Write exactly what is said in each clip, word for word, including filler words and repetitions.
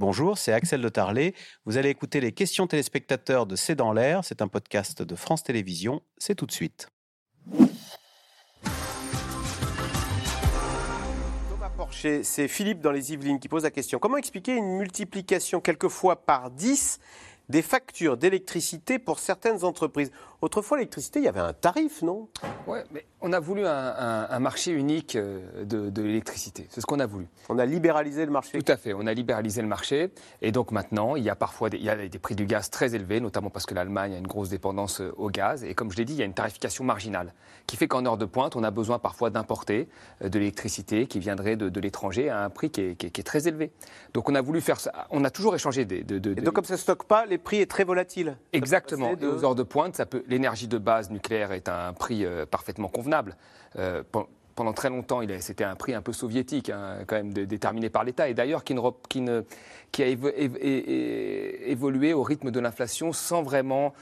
Bonjour, c'est Axel de Tarlet. Vous allez écouter les questions téléspectateurs de C'est dans l'air. C'est un podcast de France Télévisions. C'est tout de suite. Thomas Porcher, c'est Philippe dans les Yvelines qui pose la question. Comment expliquer une multiplication quelquefois par dix des factures d'électricité pour certaines entreprises? Autrefois, l'électricité, il y avait un tarif, non? Oui, mais on a voulu un, un, un marché unique de, de l'électricité. C'est ce qu'on a voulu. On a libéralisé le marché. Tout à fait, on a libéralisé le marché. Et donc maintenant, il y a parfois des, il y a des prix du gaz très élevés, notamment parce que l'Allemagne a une grosse dépendance au gaz. Et comme je l'ai dit, il y a une tarification marginale qui fait qu'en heure de pointe, on a besoin parfois d'importer de l'électricité qui viendrait de, de l'étranger à un prix qui est, qui, est, qui est très élevé. Donc on a voulu faire ça. On a toujours échangé des... De, de, et donc comme ça ne stocke pas, les prix est très volatile. Exactement. De... Et aux heures de pointe, ça peut, l'énergie de base nucléaire est à un prix euh, parfaitement convenable. Euh, pendant très longtemps, il a, c'était un prix un peu soviétique, hein, quand même de, déterminé par l'État, et d'ailleurs qui, ne, qui, ne, qui a évo, é, é, évolué au rythme de l'inflation sans vraiment...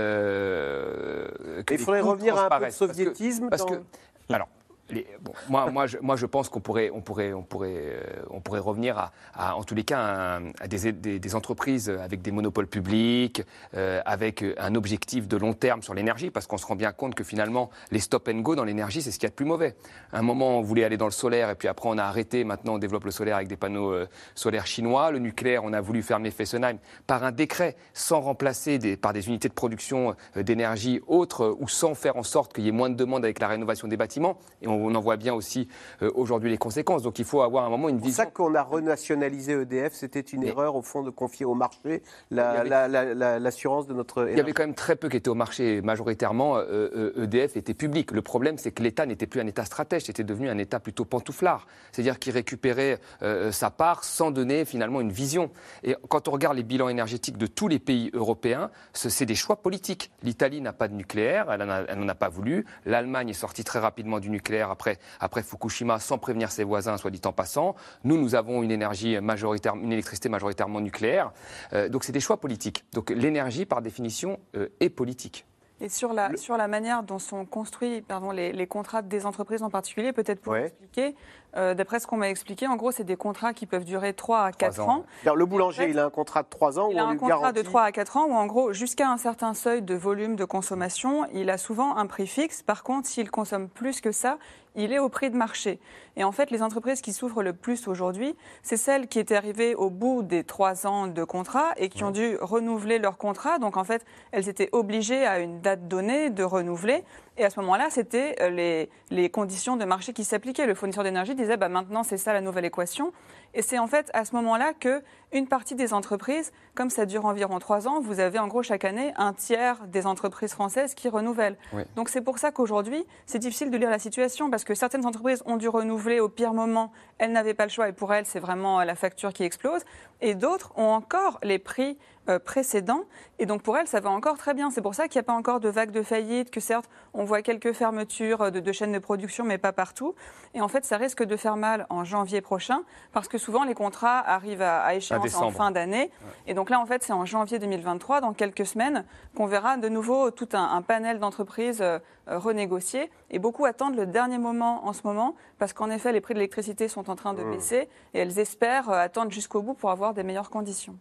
Euh, que il faudrait revenir à un peu de soviétisme parce que, parce que, alors, Les, bon, moi, moi, je, moi, je pense qu'on pourrait, on pourrait, on pourrait, euh, on pourrait revenir à, à, en tous les cas, à, à des, des, des entreprises avec des monopoles publics, euh, avec un objectif de long terme sur l'énergie, parce qu'on se rend bien compte que finalement, les stop and go dans l'énergie, c'est ce qu'il y a de plus mauvais. À un moment, on voulait aller dans le solaire, et puis après, on a arrêté. Maintenant, on développe le solaire avec des panneaux euh, solaires chinois. Le nucléaire, on a voulu fermer Fessenheim par un décret, sans remplacer des, par des unités de production euh, d'énergie autres, euh, ou sans faire en sorte qu'il y ait moins de demandes avec la rénovation des bâtiments. Et on On en voit bien aussi euh, aujourd'hui les conséquences. Donc il faut avoir un moment une vision. C'est ça qu'on a renationalisé E D F. C'était une Mais erreur au fond de confier au marché la, avait... la, la, la, l'assurance de notre énergie. Il y avait quand même très peu qui étaient au marché. Majoritairement, euh, E D F était public. Le problème, c'est que l'État n'était plus un État stratège. C'était devenu un État plutôt pantouflard. C'est-à-dire qu'il récupérait euh, sa part sans donner finalement une vision. Et quand on regarde les bilans énergétiques de tous les pays européens, c'est des choix politiques. L'Italie n'a pas de nucléaire. Elle n'en a pas voulu. L'Allemagne est sortie très rapidement du nucléaire Après, après Fukushima, sans prévenir ses voisins, soit dit en passant. Nous, nous avons une énergie majoritaire, une électricité majoritairement nucléaire. Euh, donc, c'est des choix politiques. Donc, l'énergie, par définition, euh, est politique. Et sur la, Le... sur la manière dont sont construits pardon, les, les contrats des entreprises en particulier, peut-être pour ouais. expliquer, euh, d'après ce qu'on m'a expliqué, en gros, c'est des contrats qui peuvent durer trois à quatre ans. Alors, le boulanger, en fait, il a un contrat de trois ans il où a on un lui contrat garantit... de trois à quatre ans où, en gros, jusqu'à un certain seuil de volume de consommation, il a souvent un prix fixe. Par contre, s'il consomme plus que ça, il est au prix de marché. Et en fait, les entreprises qui souffrent le plus aujourd'hui, c'est celles qui étaient arrivées au bout des trois ans de contrat et qui ont dû renouveler leur contrat. Donc, en fait, elles étaient obligées à une date donnée de renouveler. Et à ce moment-là, c'était les, les conditions de marché qui s'appliquaient. Le fournisseur d'énergie disait bah, « maintenant, c'est ça la nouvelle équation ». Et c'est en fait à ce moment-là qu'une partie des entreprises, comme ça dure environ trois ans, vous avez en gros chaque année un tiers des entreprises françaises qui renouvellent. Oui. Donc c'est pour ça qu'aujourd'hui, c'est difficile de lire la situation parce que certaines entreprises ont dû renouveler au pire moment, elles n'avaient pas le choix et pour elles, c'est vraiment la facture qui explose. Et d'autres ont encore les prix Euh, précédents. Et donc pour elle, ça va encore très bien. C'est pour ça qu'il n'y a pas encore de vague de faillite, que certes, on voit quelques fermetures de, de chaînes de production, mais pas partout. Et en fait, ça risque de faire mal en janvier prochain, parce que souvent, les contrats arrivent à, à échéance en fin d'année. Ouais. Et donc là, en fait, c'est en janvier deux mille vingt-trois, dans quelques semaines, qu'on verra de nouveau tout un, un panel d'entreprises euh, renégocier. Et beaucoup attendent le dernier moment en ce moment, parce qu'en effet, les prix de l'électricité sont en train de mmh. baisser, et elles espèrent euh, attendre jusqu'au bout pour avoir des meilleures conditions.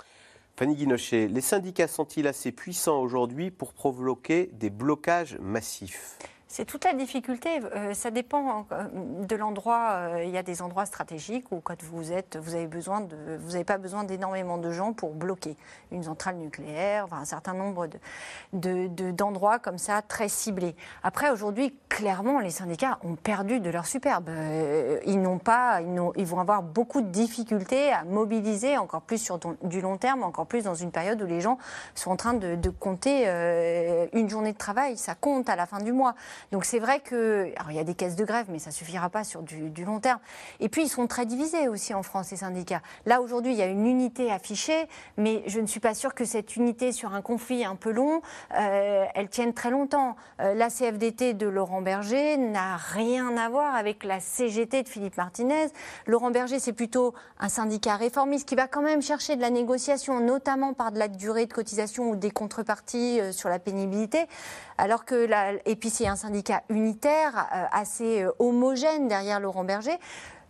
Fanny Guinochet, les syndicats sont-ils assez puissants aujourd'hui pour provoquer des blocages massifs ? C'est toute la difficulté. Euh, ça dépend de l'endroit. Euh, il y a des endroits stratégiques où, quand vous êtes, vous avez besoin de, vous n'avez pas besoin d'énormément de gens pour bloquer une centrale nucléaire, enfin, un certain nombre de, de, de, d'endroits comme ça très ciblés. Après, aujourd'hui, clairement, les syndicats ont perdu de leur superbe. Euh, ils n'ont pas, ils, n'ont, ils vont avoir beaucoup de difficultés à mobiliser encore plus sur ton, du long terme, encore plus dans une période où les gens sont en train de, de compter euh, une journée de travail. Ça compte à la fin du mois. Donc c'est vrai que, alors il y a des caisses de grève, mais ça ne suffira pas sur du, du long terme. Et puis ils sont très divisés aussi en France, les syndicats. Là aujourd'hui, il y a une unité affichée, mais je ne suis pas sûre que cette unité sur un conflit un peu long, euh, elle tienne très longtemps. Euh, la C F D T de Laurent Berger n'a rien à voir avec la C G T de Philippe Martinez. Laurent Berger, c'est plutôt un syndicat réformiste qui va quand même chercher de la négociation, notamment par de la durée de cotisation ou des contreparties euh, sur la pénibilité. Alors que la, et puis c'est un syndicat unitaire, euh, assez euh, homogène derrière Laurent Berger.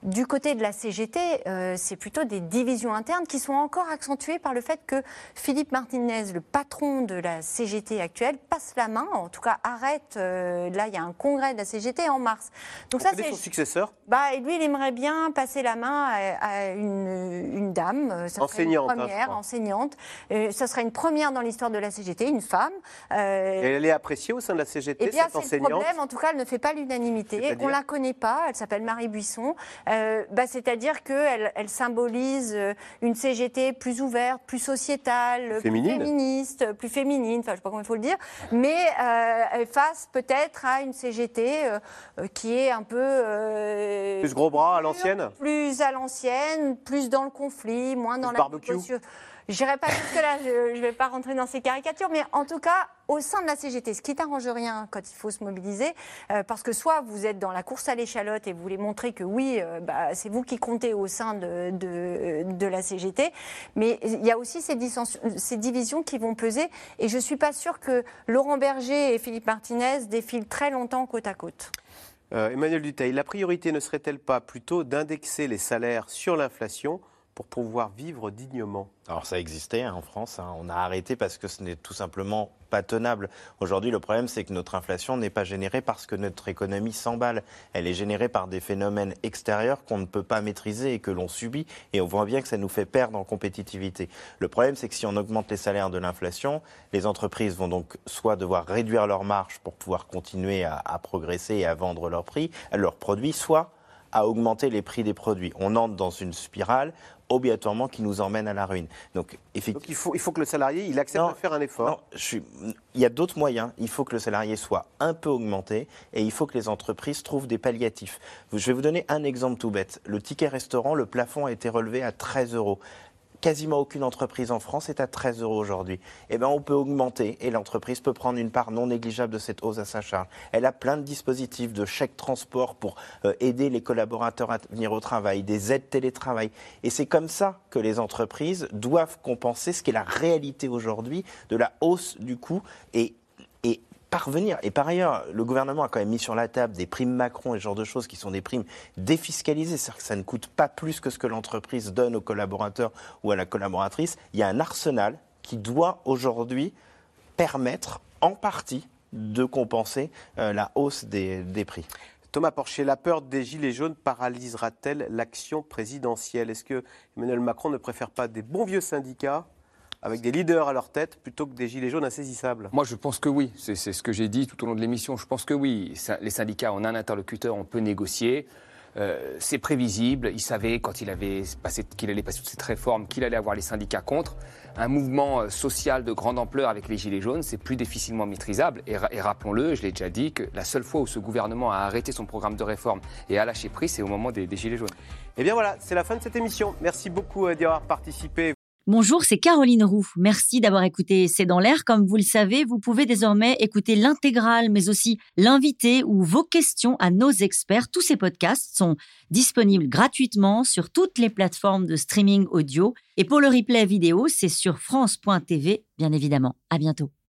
Du côté de la C G T, euh, c'est plutôt des divisions internes qui sont encore accentuées par le fait que Philippe Martinez, le patron de la C G T actuelle, passe la main, en tout cas arrête. Euh, là, il y a un congrès de la C G T en mars. Donc ça, c'est son successeur. Bah, et lui, il aimerait bien passer la main à, à une, une dame, ça enseignante, une première, hein, enseignante. Euh, ça serait une première dans l'histoire de la C G T, une femme. Euh, et elle est appréciée au sein de la C G T, eh bien, cette c'est enseignante. Le problème, en tout cas, elle ne fait pas l'unanimité. On la connaît pas. Elle s'appelle Marie Buisson. Euh, bah, c'est-à-dire qu'elle elle symbolise une C G T plus ouverte, plus sociétale, Féminine. plus féministe, plus féminine, enfin je ne sais pas comment il faut le dire, mais euh, face peut-être à une C G T euh, qui est un peu... Euh, plus gros bras à l'ancienne. Plus à l'ancienne, plus dans le conflit, moins dans plus la... barbecue. Je n'irai pas jusque-là, je ne vais pas rentrer dans ces caricatures, mais en tout cas, au sein de la C G T, ce qui n'arrange rien quand il faut se mobiliser, euh, parce que soit vous êtes dans la course à l'échalote et vous voulez montrer que oui, euh, bah, c'est vous qui comptez au sein de, de, de la C G T, mais il y a aussi ces, ces divisions qui vont peser, et je ne suis pas sûre que Laurent Berger et Philippe Martinez défilent très longtemps côte à côte. Euh, Emmanuel Dutheil, la priorité ne serait-elle pas plutôt d'indexer les salaires sur l'inflation pour pouvoir vivre dignement? Alors ça existait hein, en France, hein. On a arrêté parce que ce n'est tout simplement pas tenable. Aujourd'hui, le problème, c'est que notre inflation n'est pas générée parce que notre économie s'emballe. Elle est générée par des phénomènes extérieurs qu'on ne peut pas maîtriser et que l'on subit. Et on voit bien que ça nous fait perdre en compétitivité. Le problème, c'est que si on augmente les salaires de l'inflation, les entreprises vont donc soit devoir réduire leurs marges pour pouvoir continuer à, à progresser et à vendre leurs prix, leurs produits, soit à augmenter les prix des produits. On entre dans une spirale obligatoirement qui nous emmène à la ruine. Donc, effectivement, Donc il, faut, il faut que le salarié il accepte non, de faire un effort. Non, je suis, il y a d'autres moyens. Il faut que le salarié soit un peu augmenté et il faut que les entreprises trouvent des palliatifs. Je vais vous donner un exemple tout bête. Le ticket restaurant, le plafond a été relevé à treize euros. Quasiment aucune entreprise en France est à treize euros aujourd'hui. Eh bien, on peut augmenter et l'entreprise peut prendre une part non négligeable de cette hausse à sa charge. Elle a plein de dispositifs de chèques transport pour euh, aider les collaborateurs à venir au travail, des aides télétravail. Et c'est comme ça que les entreprises doivent compenser ce qui est la réalité aujourd'hui de la hausse du coût et, et parvenir. Et par ailleurs, le gouvernement a quand même mis sur la table des primes Macron et ce genre de choses qui sont des primes défiscalisées. C'est-à-dire que ça ne coûte pas plus que ce que l'entreprise donne au collaborateur ou à la collaboratrice. Il y a un arsenal qui doit aujourd'hui permettre en partie de compenser euh, la hausse des, des prix. Thomas Porcher, la peur des gilets jaunes paralysera-t-elle l'action présidentielle? Est-ce que Emmanuel Macron ne préfère pas des bons vieux syndicats avec des leaders à leur tête, plutôt que des gilets jaunes insaisissables? Moi, je pense que oui. C'est, c'est ce que j'ai dit tout au long de l'émission. Je pense que oui. Les syndicats, on a un interlocuteur, on peut négocier. Euh, c'est prévisible. Il savait, quand il avait passé, qu'il allait passer toute cette réforme, qu'il allait avoir les syndicats contre. Un mouvement social de grande ampleur avec les gilets jaunes, c'est plus difficilement maîtrisable. Et, et rappelons-le, je l'ai déjà dit, que la seule fois où ce gouvernement a arrêté son programme de réforme et a lâché prise, c'est au moment des, des gilets jaunes. Eh bien voilà, c'est la fin de cette émission. Merci beaucoup d'y avoir participé. Bonjour, c'est Caroline Roux. Merci d'avoir écouté C'est dans l'air. Comme vous le savez, vous pouvez désormais écouter l'intégrale, mais aussi l'invité ou vos questions à nos experts. Tous ces podcasts sont disponibles gratuitement sur toutes les plateformes de streaming audio. Et pour le replay vidéo, c'est sur France point T V, bien évidemment. À bientôt.